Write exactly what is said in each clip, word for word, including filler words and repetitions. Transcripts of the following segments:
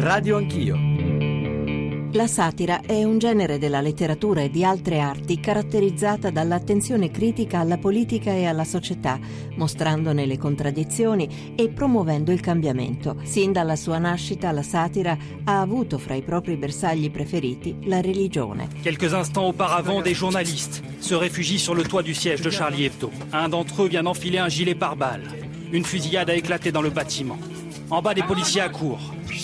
Radio Anch'io. La satira è un genere della letteratura e di altre arti caratterizzata dall'attenzione critica alla politica e alla società, mostrandone le contraddizioni e promuovendo il cambiamento. Sin dalla sua nascita la satira ha avuto fra i propri bersagli preferiti la religione. Quelques instants auparavant, des journalistes se réfugient sur le toit du siège de Charlie Hebdo. Un d'entre eux vient d'enfiler un gilet pare-balles. Une fusillade a éclaté dans le bâtiment. En bas, des policiers accourent.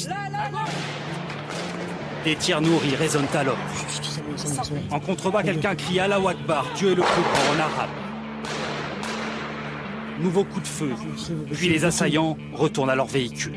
Des tirs nourris résonnent alors. En contrebas, quelqu'un crie Allahu Akbar, Dieu est le plus grand en arabe. Nouveau coup de feu, puis les assaillants retournent à leur véhicule.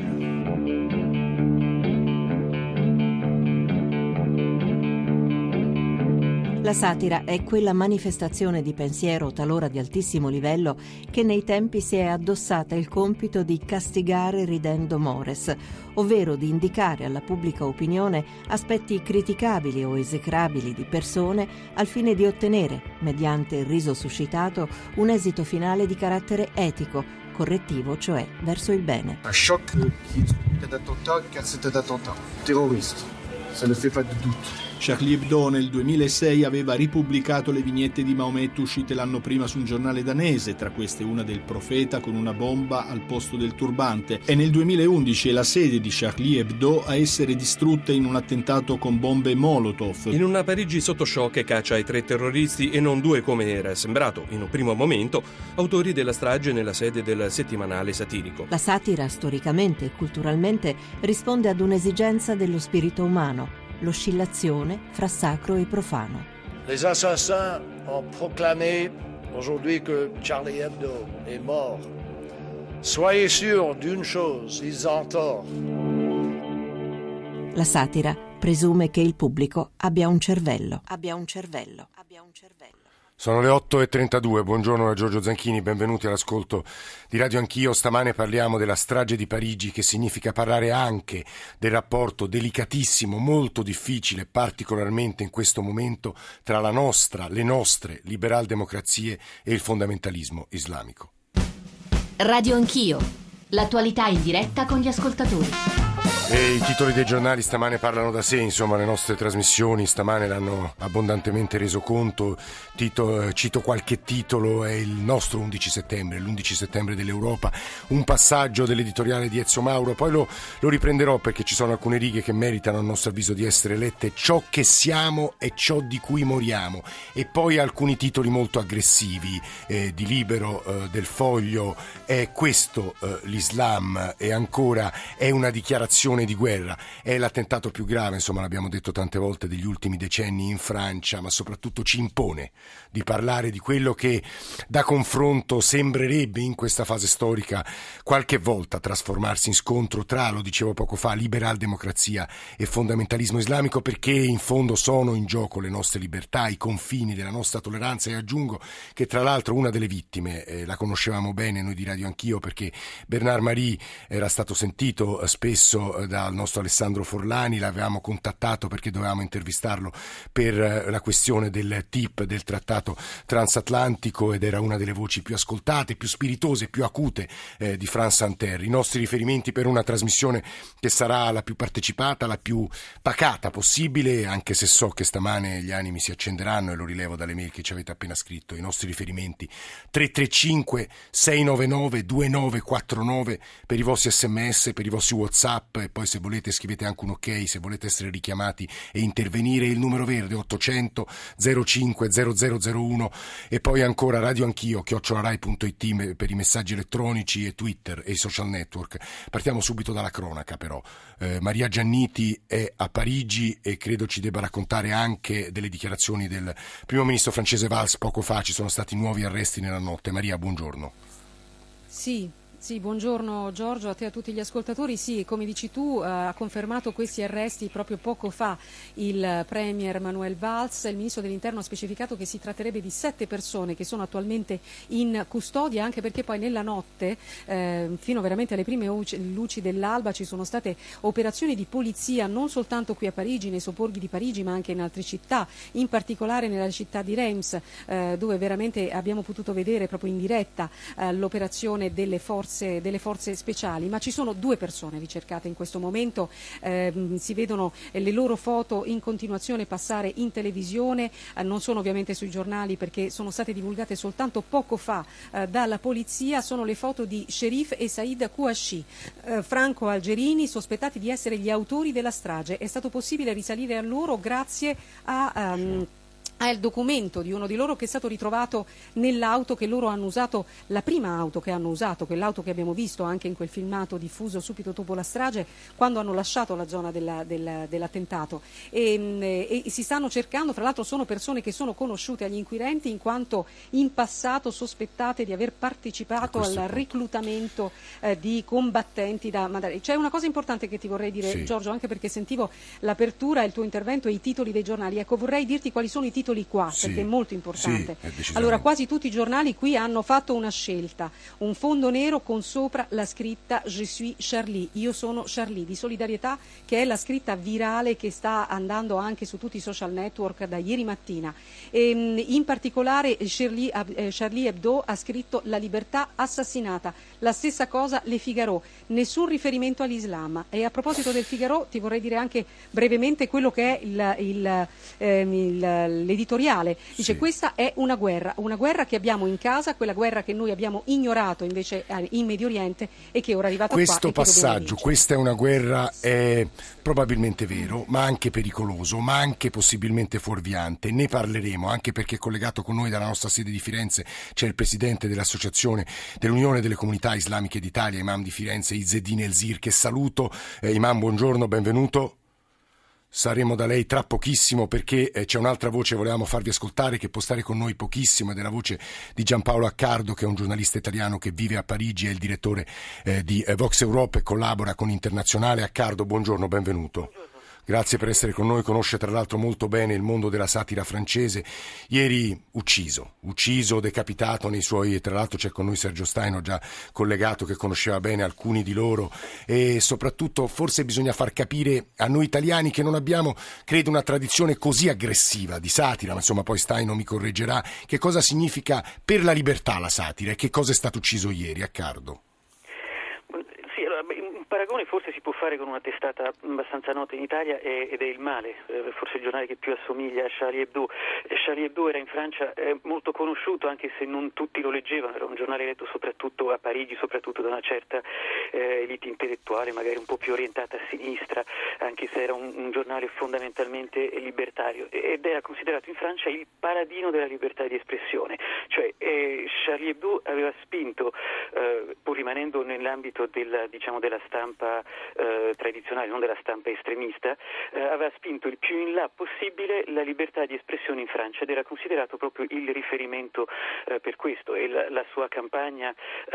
La satira è quella manifestazione di pensiero talora di altissimo livello che nei tempi si è addossata il compito di castigare ridendo mores, ovvero di indicare alla pubblica opinione aspetti criticabili o esecrabili di persone al fine di ottenere, mediante il riso suscitato, un esito finale di carattere etico, correttivo cioè verso il bene. Un choc qui est d'attentat car c'est un attentat terroriste. Ça ne fait pas de doute. Charlie Hebdo nel duemilasei aveva ripubblicato le vignette di Maometto uscite l'anno prima su un giornale danese, tra queste una del profeta con una bomba al posto del turbante. E nel duemilaundici è la sede di Charlie Hebdo a essere distrutta in un attentato con bombe Molotov. In una Parigi sotto shock che caccia i tre terroristi e non due come era sembrato in un primo momento, autori della strage nella sede del settimanale satirico. La satira storicamente e culturalmente risponde ad un'esigenza dello spirito umano, l'oscillazione fra sacro e profano. Les assassins ont proclamé aujourd'hui que Charlie Hebdo est mort. Soyez sûrs d'une chose, ils ont tort. La satira presume che il pubblico abbia un cervello. Abbia un cervello. Abbia un cervello. Sono le otto e trentadue, buongiorno da Giorgio Zanchini, benvenuti all'ascolto di Radio Anch'io. Stamane parliamo della strage di Parigi, che significa parlare anche del rapporto delicatissimo, molto difficile, particolarmente in questo momento, tra la nostra, le nostre liberal democrazie e il fondamentalismo islamico. Radio Anch'io, l'attualità in diretta con gli ascoltatori. E i titoli dei giornali stamane parlano da sé, insomma le nostre trasmissioni stamane l'hanno abbondantemente reso conto. Tito, cito qualche titolo, è il nostro undici settembre, l'undici settembre dell'Europa, un passaggio dell'editoriale di Ezio Mauro, poi lo, lo riprenderò perché ci sono alcune righe che meritano a nostro avviso di essere lette: ciò che siamo e ciò di cui moriamo, e poi alcuni titoli molto aggressivi eh, di Libero, eh, del Foglio, è questo eh, l'Islam, e ancora è una dichiarazione di guerra, è l'attentato più grave, insomma l'abbiamo detto tante volte, degli ultimi decenni in Francia, ma soprattutto ci impone di parlare di quello che da confronto sembrerebbe in questa fase storica qualche volta trasformarsi in scontro tra, lo dicevo poco fa, liberal democrazia e fondamentalismo islamico, perché in fondo sono in gioco le nostre libertà, i confini della nostra tolleranza. E aggiungo che tra l'altro una delle vittime eh, la conoscevamo bene noi di Radio Anch'io, perché Bernard Marie era stato sentito eh, spesso eh, dal nostro Alessandro Forlani, l'avevamo contattato perché dovevamo intervistarlo per la questione del T I P, del trattato transatlantico, ed era una delle voci più ascoltate, più spiritose, più acute eh, di France Inter. I nostri riferimenti per una trasmissione che sarà la più partecipata, la più pacata possibile, anche se so che stamane gli animi si accenderanno, e lo rilevo dalle mail che ci avete appena scritto. I nostri riferimenti tre tre cinque sei nove nove due nove quattro nove per i vostri sms, per i vostri WhatsApp, e poi se volete scrivete anche un ok, se volete essere richiamati e intervenire, il numero verde ottocento zero cinque zero zero zero uno, e poi ancora Radio Anch'io chiocciola rai punto it per i messaggi elettronici, e Twitter e i social network. Partiamo subito dalla cronaca però. Eh, Maria Gianniti è a Parigi e credo ci debba raccontare anche delle dichiarazioni del primo ministro francese Valls poco fa. Ci sono stati nuovi arresti nella notte. Maria, buongiorno. Sì. Sì, buongiorno Giorgio, a te e a tutti gli ascoltatori. Sì, come dici tu, eh, ha confermato questi arresti proprio poco fa il Premier Manuel Valls. Il Ministro dell'Interno ha specificato che si tratterebbe di sette persone che sono attualmente in custodia, anche perché poi nella notte, eh, fino veramente alle prime luci dell'alba, ci sono state operazioni di polizia non soltanto qui a Parigi, nei sobborghi di Parigi, ma anche in altre città, in particolare nella città di Reims, eh, dove veramente abbiamo potuto vedere proprio in diretta eh, l'operazione delle forze forze, delle forze speciali, ma ci sono due persone ricercate in questo momento, eh, si vedono le loro foto in continuazione passare in televisione, eh, non sono ovviamente sui giornali perché sono state divulgate soltanto poco fa eh, dalla polizia. Sono le foto di Sherif e Said Kouachi, eh, franco-algerini sospettati di essere gli autori della strage. È stato possibile risalire a loro grazie a... Um, è il documento di uno di loro che è stato ritrovato nell'auto che loro hanno usato, la prima auto che hanno usato, quell'auto che abbiamo visto anche in quel filmato diffuso subito dopo la strage, quando hanno lasciato la zona della, della, dell'attentato. E, e si stanno cercando, fra l'altro sono persone che sono conosciute agli inquirenti in quanto in passato sospettate di aver partecipato al punto. reclutamento eh, di combattenti da mandare. C'è una cosa importante che ti vorrei dire, sì. Giorgio, anche perché sentivo l'apertura, il tuo intervento e i titoli dei giornali. Ecco, vorrei dirti quali sono i titoli qua, sì, perché è molto importante. Sì, è allora, quasi tutti i giornali qui hanno fatto una scelta, un fondo nero con sopra la scritta Je suis Charlie, io sono Charlie, di solidarietà, che è la scritta virale che sta andando anche su tutti i social network da ieri mattina. E, in particolare Charlie, eh, Charlie Hebdo ha scritto la libertà assassinata, la stessa cosa Le Figaro, nessun riferimento all'Islam. E a proposito del Figaro ti vorrei dire anche brevemente quello che è il, il, ehm, il, l'editoriale. Dice: sì, questa è una guerra, una guerra che abbiamo in casa, quella guerra che noi abbiamo ignorato invece in Medio Oriente e che ora è arrivata qua. Questo passaggio, questa è una guerra, è probabilmente vero, ma anche pericoloso, ma anche possibilmente fuorviante. Ne parleremo anche perché collegato con noi dalla nostra sede di Firenze c'è il presidente dell'associazione dell'Unione delle Comunità Islamiche d'Italia, Imam di Firenze, Izzeddin Elzir, che saluto. Eh, Imam, buongiorno, benvenuto. Saremo da lei tra pochissimo perché eh, c'è un'altra voce che volevamo farvi ascoltare, che può stare con noi pochissimo, ed è la voce di Giampaolo Accardo, che è un giornalista italiano che vive a Parigi, è il direttore eh, di eh, Vox Europe e collabora con Internazionale. Accardo, buongiorno, benvenuto. Buongiorno. Grazie per essere con noi, conosce tra l'altro molto bene il mondo della satira francese. Ieri ucciso, ucciso, decapitato nei suoi, tra l'altro c'è con noi Sergio Staino già collegato che conosceva bene alcuni di loro, e soprattutto forse bisogna far capire a noi italiani che non abbiamo, credo, una tradizione così aggressiva di satira, ma insomma poi Staino mi correggerà, che cosa significa per la libertà la satira e che cosa è stato ucciso ieri. Accardo. Un paragone forse si può fare con una testata abbastanza nota in Italia ed è Il Male, forse il giornale che più assomiglia a Charlie Hebdo. Charlie Hebdo era in Francia molto conosciuto, anche se non tutti lo leggevano, era un giornale letto soprattutto a Parigi, soprattutto da una certa eh, elite intellettuale, magari un po' più orientata a sinistra, anche se era un, un giornale fondamentalmente libertario, ed era considerato in Francia il paladino della libertà di espressione. Cioè eh, Charlie Hebdo aveva spinto, eh, pur rimanendo nell'ambito del, diciamo, della stampa eh, tradizionale, non della stampa estremista, eh, aveva spinto il più in là possibile la libertà di espressione in Francia ed era considerato proprio il riferimento eh, per questo. E la, la sua campagna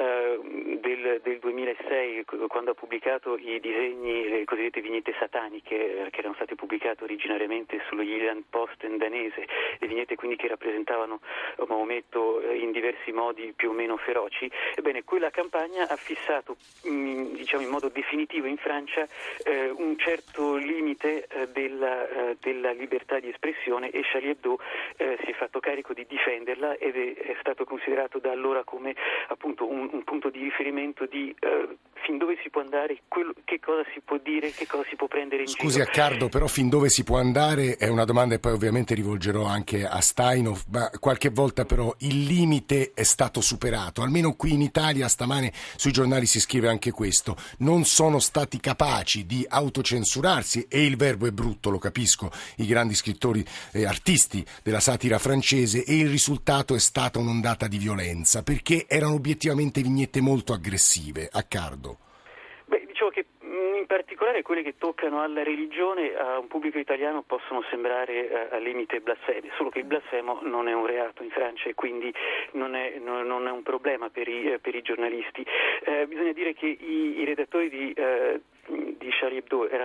eh, del, del duemilasei, quando ha pubblicato i disegni, le cosiddette vignette sataniche, che erano state pubblicate originariamente sullo Jylland Posten danese, le vignette quindi che rappresentavano Maometto in diversi modi più o meno feroci, ebbene quella campagna ha fissato mh, diciamo in modo definitivo in Francia eh, un certo limite eh, della, eh, della libertà di espressione, e Charlie Hebdo eh, si è fatto carico di difenderla ed è, è stato considerato da allora come appunto un, un punto di riferimento di eh, fin dove si può andare, quello, che cosa si può dire, che cosa si può prendere in Scusi, giro. Scusi Accardo, però fin dove si può andare è una domanda e poi ovviamente rivolgerò anche a Staino, ma qualche volta però il limite è stato superato, almeno qui in Italia stamane sui giornali si scrive anche questo, non sono stati capaci di autocensurarsi, e il verbo è brutto, lo capisco, i grandi scrittori e artisti della satira francese, e il risultato è stata un'ondata di violenza, perché erano obiettivamente vignette molto aggressive. Accardo. Beh, dicevo che in particolare quelle che toccano alla religione a un pubblico italiano possono sembrare eh, al limite blasfeme, solo che il blasfemo non è un reato in Francia e quindi non è, non, non è un problema per i, eh, per i giornalisti. Eh, bisogna dire che i, i redattori di, eh, di Charlie Hebdo erano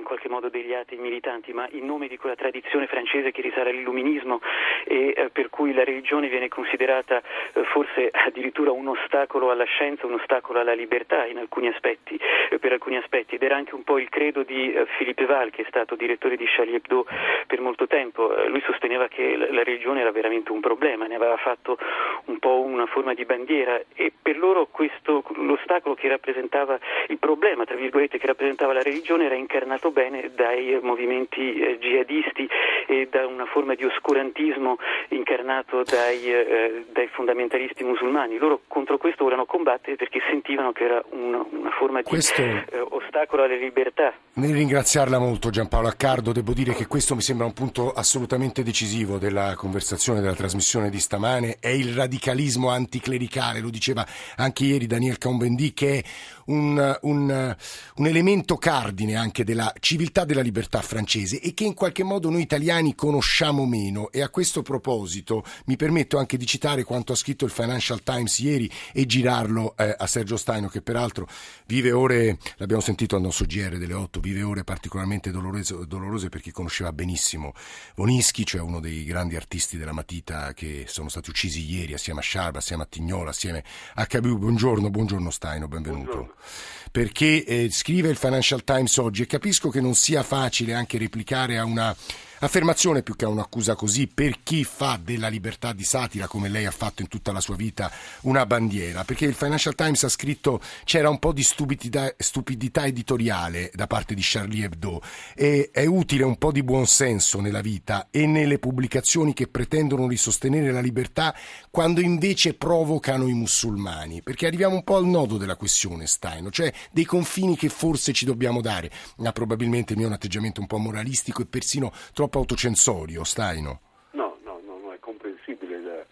qualche modo degli atei militanti, ma in nome di quella tradizione francese che risale all'illuminismo e eh, per cui la religione viene considerata eh, forse addirittura un ostacolo alla scienza, un ostacolo alla libertà in alcuni aspetti, eh, per alcuni aspetti, ed era anche un po' il credo di eh, Philippe Val, che è stato direttore di Charlie Hebdo per molto tempo. Eh, lui sosteneva che la, la religione era veramente un problema, ne aveva fatto un po' una forma di bandiera, e per loro questo, l'ostacolo che rappresentava, il problema tra virgolette che rappresentava la religione, era incarnato bene dai movimenti eh, jihadisti e da una forma di oscurantismo incarnato dai, eh, dai fondamentalisti musulmani. Loro contro questo volevano combattere perché sentivano che era una, una forma di questo... eh, ostacolo alle libertà. Nel ringraziarla molto Giampaolo Accardo, devo dire che questo mi sembra un punto assolutamente decisivo della conversazione, della trasmissione di stamane, è il radicalismo anticlericale, lo diceva anche ieri Daniel Cohn-Bendit, che è un, un, un elemento cardine anche della civiltà della libertà francese e che in qualche modo noi italiani conosciamo meno. E a questo proposito mi permetto anche di citare quanto ha scritto il Financial Times ieri e girarlo eh, a Sergio Staino, che peraltro vive ore, l'abbiamo sentito al nostro G R delle otto, vive ore particolarmente dolorose, dolorose perché conosceva benissimo Vonischi, cioè uno dei grandi artisti della matita che sono stati uccisi ieri assieme a Sciarba, assieme a Tignola, assieme a Cabu. Buongiorno, buongiorno Staino, benvenuto. Buongiorno. Perché eh, scrive il Financial Times oggi, e capisco che non sia facile anche replicare a una affermazione più che a un'accusa così, per chi fa della libertà di satira, come lei ha fatto in tutta la sua vita, una bandiera, perché il Financial Times ha scritto c'era un po' di stupidità, stupidità editoriale da parte di Charlie Hebdo, e è utile un po' di buonsenso nella vita e nelle pubblicazioni che pretendono di sostenere la libertà quando invece provocano i musulmani, perché arriviamo un po' al nodo della questione, Staino, cioè dei confini che forse ci dobbiamo dare. Ma probabilmente il mio è un atteggiamento un po' moralistico e persino troppo autocensorio, Staino. No, no, no, no, è comprensibile. Da,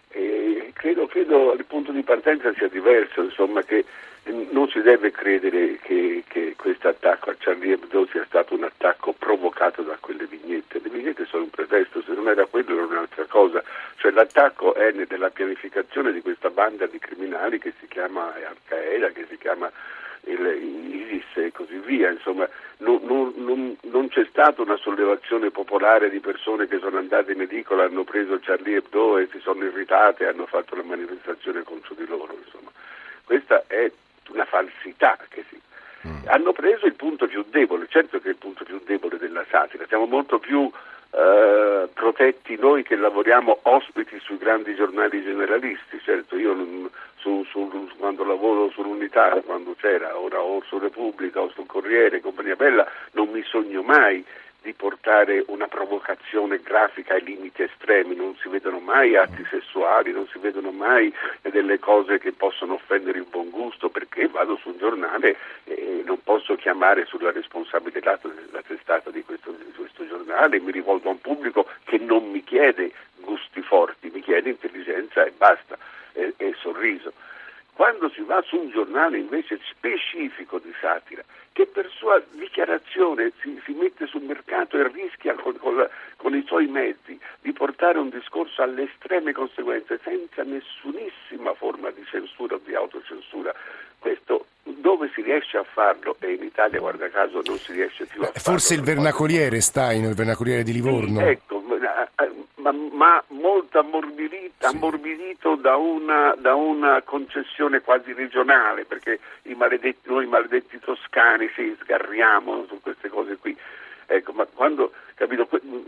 e credo, credo il punto di partenza sia diverso, insomma, che non si deve credere che, che questo attacco a Charlie Hebdo sia stato un attacco provocato da quelle vignette. Le vignette sono un pretesto, se non era quello era un'altra cosa. Cioè l'attacco è nella pianificazione di questa banda di criminali che si chiama Al-Qaeda, che si chiama il ISIS e così via, insomma non, non, non, non c'è stata una sollevazione popolare di persone che sono andate in edicola, hanno preso Charlie Hebdo e si sono irritate e hanno fatto una manifestazione contro di loro, insomma questa è una falsità che si mm. hanno preso il punto più debole, certo che è il punto più debole della satira, siamo molto più Uh, protetti noi che lavoriamo ospiti sui grandi giornali generalisti, certo io non, su, su, quando lavoro sull'Unità, quando c'era, ora o su Repubblica o sul Corriere, Compagnia Bella, non mi sogno mai di portare una provocazione grafica ai limiti estremi, non si vedono mai atti sessuali, non si vedono mai delle cose che possono offendere il buon gusto, perché vado su un giornale e non posso chiamare sulla responsabilità della testata di questo, di questo giornale, mi rivolgo a un pubblico che non mi chiede gusti forti, mi chiede intelligenza e basta, e, e sorriso. Quando si va su un giornale invece specifico di satira, che per sua dichiarazione si, si mette sul mercato e rischia con, con, la, con i suoi mezzi di portare un discorso alle estreme conseguenze senza nessunissima forma di censura o di autocensura, questo dove si riesce a farlo, e in Italia guarda caso non si riesce più a farlo. Forse il vernacoliere, Staino, il vernacoliere di Livorno. Sì, ecco, ma, ma molto ammorbidito, sì. ammorbidito da una, da una concessione quasi regionale, perché i maledetti, noi maledetti toscani si sgarriamo su queste cose qui. Ecco, ma quando, capito,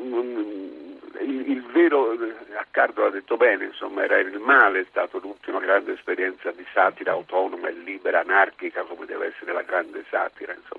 il, il vero, Accardo l'ha detto bene, insomma, era il male, è stata l'ultima grande esperienza di satira autonoma e libera, anarchica, come deve essere la grande satira, insomma.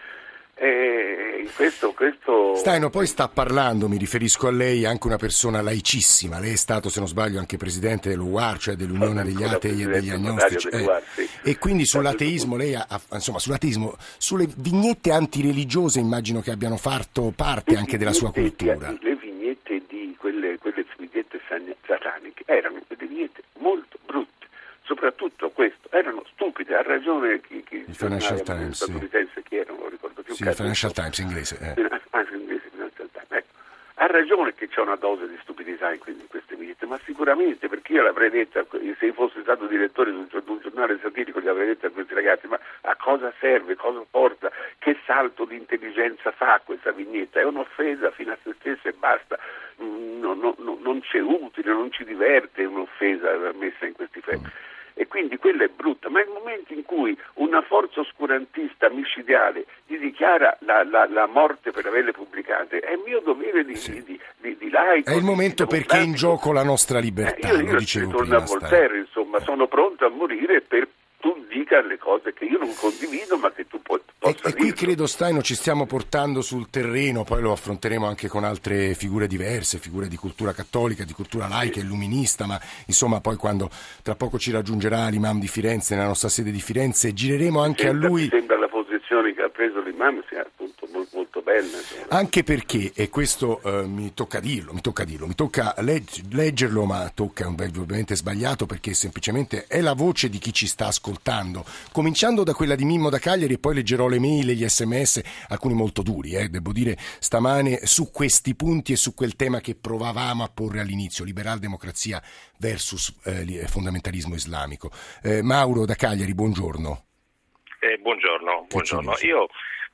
E questo, questo... Staino, poi sta parlando, mi riferisco a lei, anche una persona laicissima. Lei è stato, se non sbaglio, anche presidente dell'U A R, cioè dell'Unione degli Atei e degli Agnostici, eh, U A R, sì. E quindi sull'ateismo lei ha, insomma, sull'ateismo, sulle vignette antireligiose immagino che abbiano fatto parte anche della sua cultura. Di, le vignette di quelle, quelle vignette sataniche erano delle vignette molto brutte, soprattutto questo, erano stupide, ha ragione chi, chi il Financial Times, statunitense, sì. Chi era, non lo ricordo più. Sì, il Financial Times inglese. Eh. Ah, inglese, Financial Times. Ecco. Ha ragione che c'è una dose di stupidità in queste vignette. forte, ma sicuramente, perché io l'avrei detta, se fossi stato direttore di un, di un giornale satirico, gli avrei detto a questi ragazzi: ma a cosa serve, cosa porta, che salto di intelligenza fa questa vignetta? È un'offesa fino a se stessa e basta, non, non, non c'è utile, non ci diverte, è un'offesa messa in questi fermi. E quindi quella è brutta, ma nel momento in cui una forza oscurantista micidiale gli dichiara la, la, la morte per averle pubblicate, è mio dovere di, sì. di, di, di laico. È il momento perché è in gioco la nostra libertà, eh, io, io lo dicevo torno prima. a Voltaire, insomma, sono pronto a morire per tu dica le cose che io non condivido, ma che tu puoi. E, e qui credo, Staino, ci stiamo portando sul terreno, poi lo affronteremo anche con altre figure diverse, figure di cultura cattolica, di cultura laica, illuminista, ma insomma poi quando tra poco ci raggiungerà l'imam di Firenze, nella nostra sede di Firenze, gireremo anche sembra, a lui. Mi sembra la posizione che ha preso l'imam sia appunto molto, molto bella. Insomma. Anche perché, e questo eh, mi tocca dirlo, mi tocca dirlo, mi tocca legg- leggerlo, ma tocca ovviamente sbagliato, perché semplicemente è la voce di chi ci sta ascoltando, cominciando da quella di Mimmo da Cagliari e poi leggerò le mail e gli sms, alcuni molto duri, eh, devo dire, stamane su questi punti e su quel tema che provavamo a porre all'inizio, liberal democrazia versus eh, fondamentalismo islamico. Eh, Mauro da Cagliari, buongiorno. Eh, buongiorno, buongiorno. Io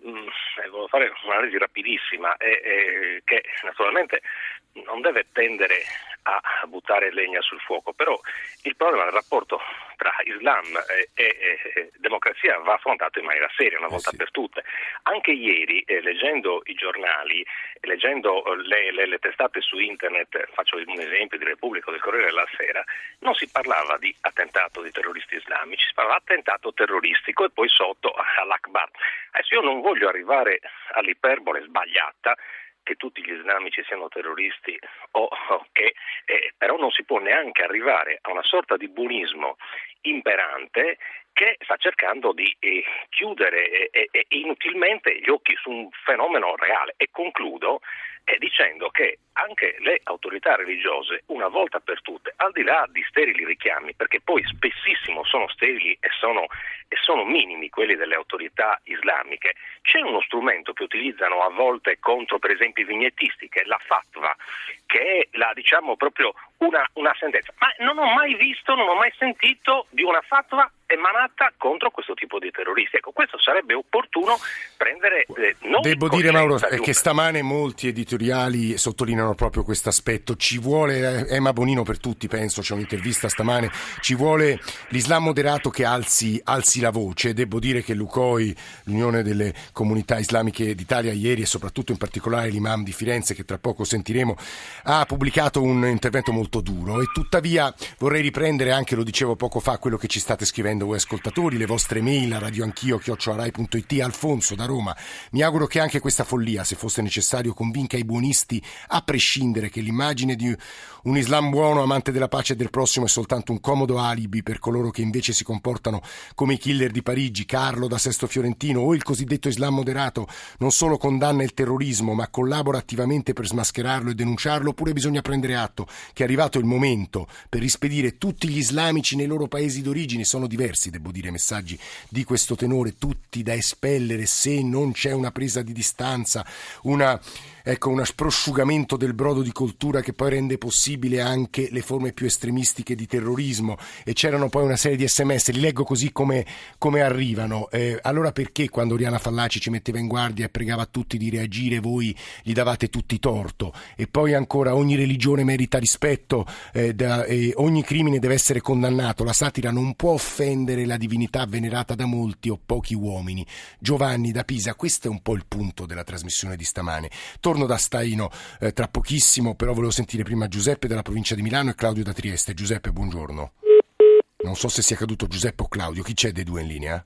mh, volevo fare un'analisi rapidissima e eh, eh, che naturalmente non deve tendere a buttare legna sul fuoco, però il problema del rapporto tra Islam e, e, e democrazia va affrontato in maniera seria una volta eh sì. per tutte. Anche ieri, eh, leggendo i giornali, leggendo le, le, le testate su internet, faccio un esempio di Repubblica o del Corriere della Sera, non si parlava di attentato di terroristi islamici, si parlava di attentato terroristico e poi sotto all'Akbar. Adesso io non voglio arrivare all'iperbole sbagliata che tutti gli islamici siano terroristi o, o che eh, però non si può neanche arrivare a una sorta di buonismo imperante che sta cercando di eh, chiudere eh, eh, inutilmente gli occhi su un fenomeno reale. E concludo eh, dicendo che anche le autorità religiose, una volta per tutte, al di là di sterili richiami, perché poi spessissimo sono sterili e sono, e sono minimi quelli delle autorità islamiche, c'è uno strumento che utilizzano a volte contro, per esempio, i vignettisti, che è la fatwa, che è la, diciamo, proprio una, una sentenza. Ma non ho mai visto, non ho mai sentito di una fatwa emanata contro questo tipo di terroristi. Ecco, questo sarebbe opportuno prendere eh, non Devo dire, Mauro, è che stamane molti editoriali sottolineano proprio questo aspetto. Ci vuole, eh, Emma Bonino per tutti, penso, c'è un'intervista stamane, ci vuole l'Islam moderato che alzi, alzi la voce. Devo dire che l'U C O I, l'Unione delle Comunità Islamiche d'Italia, ieri e soprattutto in particolare l'imam di Firenze, che tra poco sentiremo, ha pubblicato un intervento molto duro. E tuttavia vorrei riprendere anche, lo dicevo poco fa, quello che ci state scrivendo voi ascoltatori, le vostre mail a radioanchio chiocciola rai punto it. Alfonso da Roma: mi auguro che anche questa follia, se fosse necessario, convinca i buonisti, a prescindere, che l'immagine di un Islam buono, amante della pace e del prossimo, è soltanto un comodo alibi per coloro che invece si comportano come i killer di Parigi. Carlo da Sesto Fiorentino: o il cosiddetto Islam moderato non solo condanna il terrorismo ma collabora attivamente per smascherarlo e denunciarlo, oppure bisogna prendere atto che è arrivato il momento per rispedire tutti gli islamici nei loro paesi d'origine. Sono diversi, devo dire, messaggi di questo tenore, tutti da espellere se non c'è una presa di distanza, una ecco, uno prosciugamento del brodo di coltura che poi rende possibile anche le forme più estremistiche di terrorismo. E c'erano poi una serie di sms, li leggo così come, come arrivano. Eh, allora perché quando Oriana Fallaci ci metteva in guardia e pregava tutti di reagire, voi gli davate tutti torto? E poi ancora: ogni religione merita rispetto, eh, da, eh, ogni crimine deve essere condannato, la satira non può offendere la divinità venerata da molti o pochi uomini. Giovanni da Pisa. Questo è un po' il punto della trasmissione di stamane. Torno da Staino eh, tra pochissimo, però volevo sentire prima Giuseppe dalla provincia di Milano e Claudio da Trieste. Giuseppe, buongiorno. Non so se sia caduto Giuseppe o Claudio, chi c'è dei due in linea?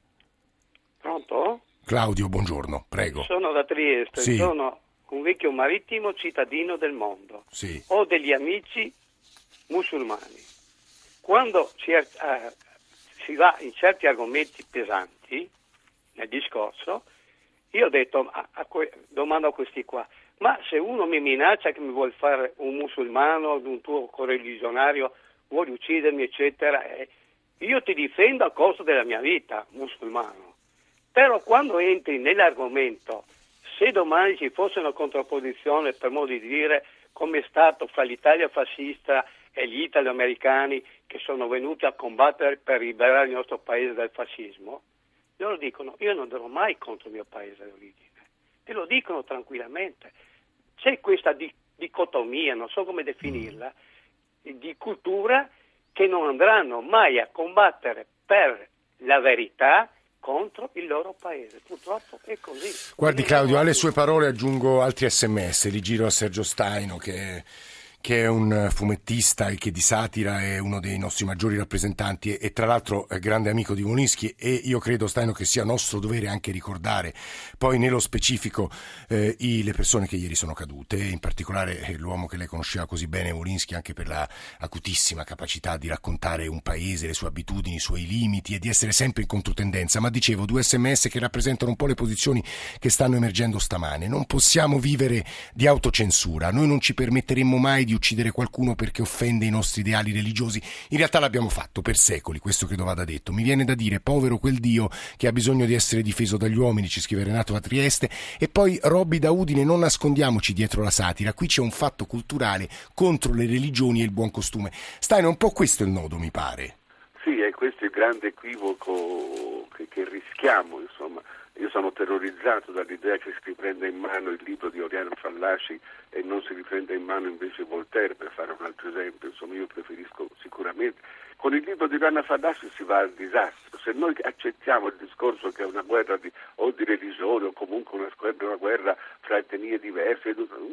Pronto? Claudio, buongiorno, prego. Sono da Trieste, sì. Sono un vecchio marittimo cittadino del mondo. Sì. Ho degli amici musulmani. Quando si, eh, si va in certi argomenti pesanti nel discorso, io ho detto, a, a, domando a questi qua: ma se uno mi minaccia che mi vuole fare un musulmano, un tuo correligionario, vuole uccidermi, eccetera, eh, io ti difendo a costo della mia vita, musulmano. Però quando entri nell'argomento, se domani ci fosse una contrapposizione, per modo di dire, come è stato fra l'Italia fascista e gli italo-americani che sono venuti a combattere per liberare il nostro paese dal fascismo, loro dicono: io non andrò mai contro il mio paese d'origine, e lo dicono tranquillamente. C'è questa di- dicotomia, non so come definirla, di cultura, che non andranno mai a combattere per la verità contro il loro paese. Purtroppo è così. Guardi Claudio, alle sue parole aggiungo altri sms, li giro a Sergio Staino, che che è un fumettista e che di satira è uno dei nostri maggiori rappresentanti e, e tra l'altro è grande amico di Wolinski, e io credo, Staino, che sia nostro dovere anche ricordare poi nello specifico eh, i, le persone che ieri sono cadute, in particolare eh, l'uomo che lei conosceva così bene, Wolinski, anche per la acutissima capacità di raccontare un paese, le sue abitudini, i suoi limiti e di essere sempre in controtendenza. Ma dicevo, due sms che rappresentano un po' le posizioni che stanno emergendo stamane. Non possiamo vivere di autocensura, noi non ci permetteremmo mai di uccidere qualcuno perché offende i nostri ideali religiosi. In realtà l'abbiamo fatto per secoli, questo credo vada detto. Mi viene da dire: povero quel Dio che ha bisogno di essere difeso dagli uomini, ci scrive Renato da Trieste. E poi Robby da Udine: non nascondiamoci dietro la satira, qui c'è un fatto culturale contro le religioni e il buon costume. Staino, un po' questo è il nodo, mi pare. Sì, è questo il grande equivoco che, che rischiamo, insomma. Io sono terrorizzato dall'idea che si riprenda in mano il libro di Oriana Fallaci e non si riprenda in mano invece Voltaire, per fare un altro esempio. Insomma, io preferisco sicuramente. Con il libro di Oriana Fallaci si va al disastro. Se noi accettiamo il discorso che è una guerra di, o di religione o comunque una, una guerra fra etnie diverse,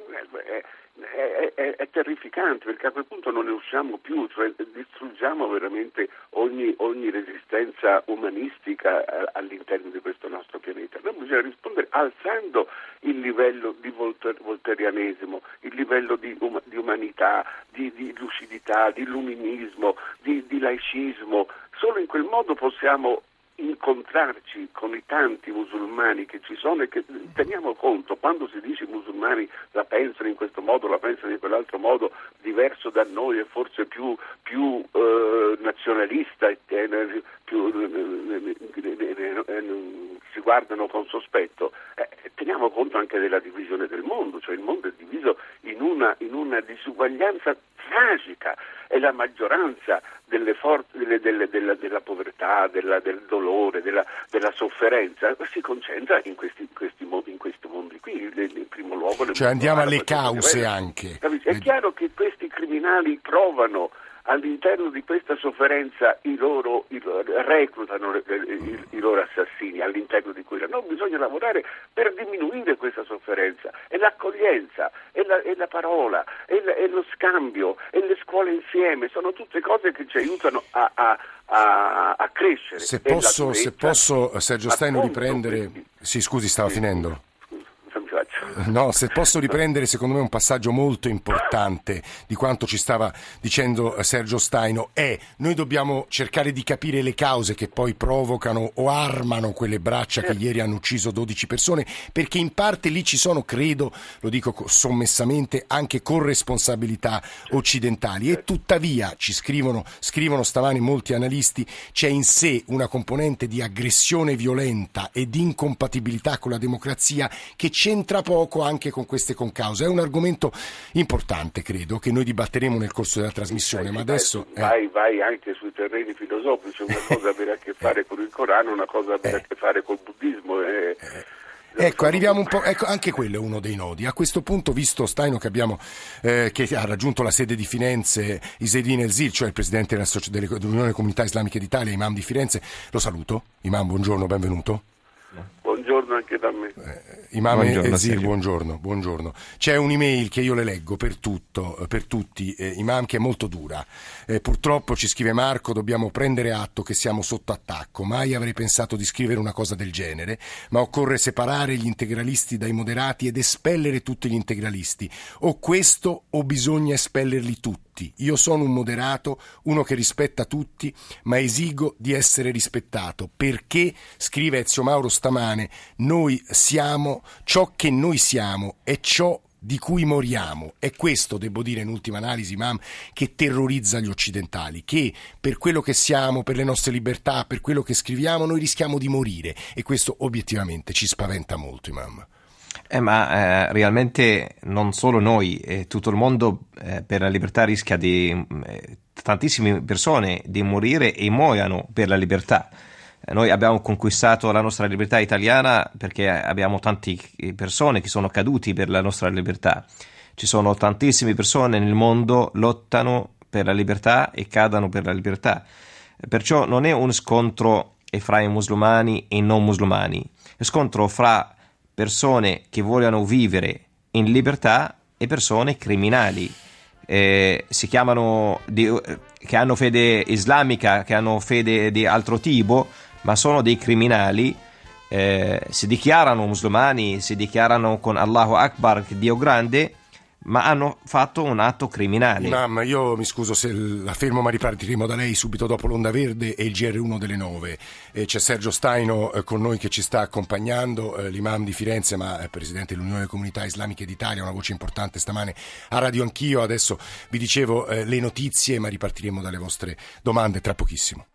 è, è, è, è terrificante, perché a quel punto non ne usciamo più, cioè distruggiamo veramente ogni, ogni resistenza umanistica all'interno di questo nostro pianeta. Noi bisogna rispondere alzando il livello di volter, volterianesimo, il livello di, um, di umanità, di, di lucidità, di illuminismo, di, di laicismo. Solo in quel modo possiamo incontrarci con i tanti musulmani che ci sono, e che teniamo conto, quando si dice i musulmani la pensano in questo modo, la pensano in quell'altro modo, diverso da noi e forse più, più eh, nazionalista, e eh, più eh, eh, si guardano con sospetto, eh, teniamo conto anche della divisione del mondo, cioè il mondo è diviso in una, in una disuguaglianza tragica, e la maggioranza delle forze, delle, delle, della, della povertà, della, del dolore, della, della sofferenza si concentra in questi, in questi, in questi mondi qui, in primo luogo. Cioè andiamo alle cause anche. È chiaro che questi criminali trovano all'interno di questa sofferenza i loro, i, reclutano i, i, i loro assassini all'interno di quella. No, bisogna lavorare per diminuire questa sofferenza, e l'accoglienza, e la, e la parola, e, la, e lo scambio, e le scuole insieme, sono tutte cose che ci aiutano a, a, a, a crescere. Se posso, se posso Sergio Staino, riprendere... Sì, scusi, stava sì. finendo. No, se posso riprendere secondo me un passaggio molto importante di quanto ci stava dicendo Sergio Staino è: noi dobbiamo cercare di capire le cause che poi provocano o armano quelle braccia che ieri hanno ucciso dodici persone, perché in parte lì ci sono, credo, lo dico sommessamente, anche corresponsabilità occidentali, e tuttavia ci scrivono, scrivono stamani molti analisti, c'è in sé una componente di aggressione violenta e di incompatibilità con la democrazia che c'entra poco anche con queste concause. È un argomento importante, credo, che noi dibatteremo nel corso della trasmissione, sì, ma adesso... Vai, eh. vai anche sui terreni filosofici, una cosa avere a che fare con il Corano, una cosa avere eh. a che fare col buddismo. Eh. Eh. Ecco, arriviamo un po'. Ecco, anche quello è uno dei nodi. A questo punto, visto Staino che abbiamo eh, che ha raggiunto la sede di Firenze, Isedine El-Zil, cioè il presidente dell'Unione Comunità Islamiche d'Italia, Imam di Firenze, lo saluto. Imam, buongiorno, benvenuto. Buongiorno anche da me. Eh, Imam El-Zil, buongiorno, buongiorno. C'è un'email che io le leggo per tutto, per tutti, eh, Imam, che è molto dura. Eh, purtroppo, ci scrive Marco, dobbiamo prendere atto che siamo sotto attacco. Mai avrei pensato di scrivere una cosa del genere, ma occorre separare gli integralisti dai moderati ed espellere tutti gli integralisti. O questo o bisogna espellerli tutti. Io sono un moderato, uno che rispetta tutti, ma esigo di essere rispettato, perché, scrive Ezio Mauro stamane, noi siamo ciò che noi siamo e ciò di cui moriamo. È questo, devo dire in ultima analisi, Imam, che terrorizza gli occidentali, che per quello che siamo, per le nostre libertà, per quello che scriviamo, noi rischiamo di morire, e questo obiettivamente ci spaventa molto, Imam. Eh, ma eh, realmente non solo noi, eh, tutto il mondo eh, per la libertà rischia di eh, tantissime persone di morire e muoiono per la libertà. Eh, noi abbiamo conquistato la nostra libertà italiana perché abbiamo tante persone che sono caduti per la nostra libertà. Ci sono tantissime persone nel mondo che lottano per la libertà e cadono per la libertà. Perciò non è un scontro fra i musulmani e i non musulmani, è un scontro fra persone che vogliono vivere in libertà e persone criminali. Eh, si chiamano di, che hanno fede islamica, che hanno fede di altro tipo, ma sono dei criminali. Eh, si dichiarano musulmani, si dichiarano con Allahu Akbar, Dio grande, ma hanno fatto un atto criminale. Imam, io mi scuso se la fermo, ma ripartiremo da lei subito dopo l'Onda Verde e il G R uno delle nove. Eh, c'è Sergio Staino eh, con noi che ci sta accompagnando, eh, l'imam di Firenze, ma eh, presidente dell'Unione delle Comunità Islamiche d'Italia, una voce importante stamane a Radio Anch'io. Adesso vi dicevo eh, le notizie, ma ripartiremo dalle vostre domande tra pochissimo.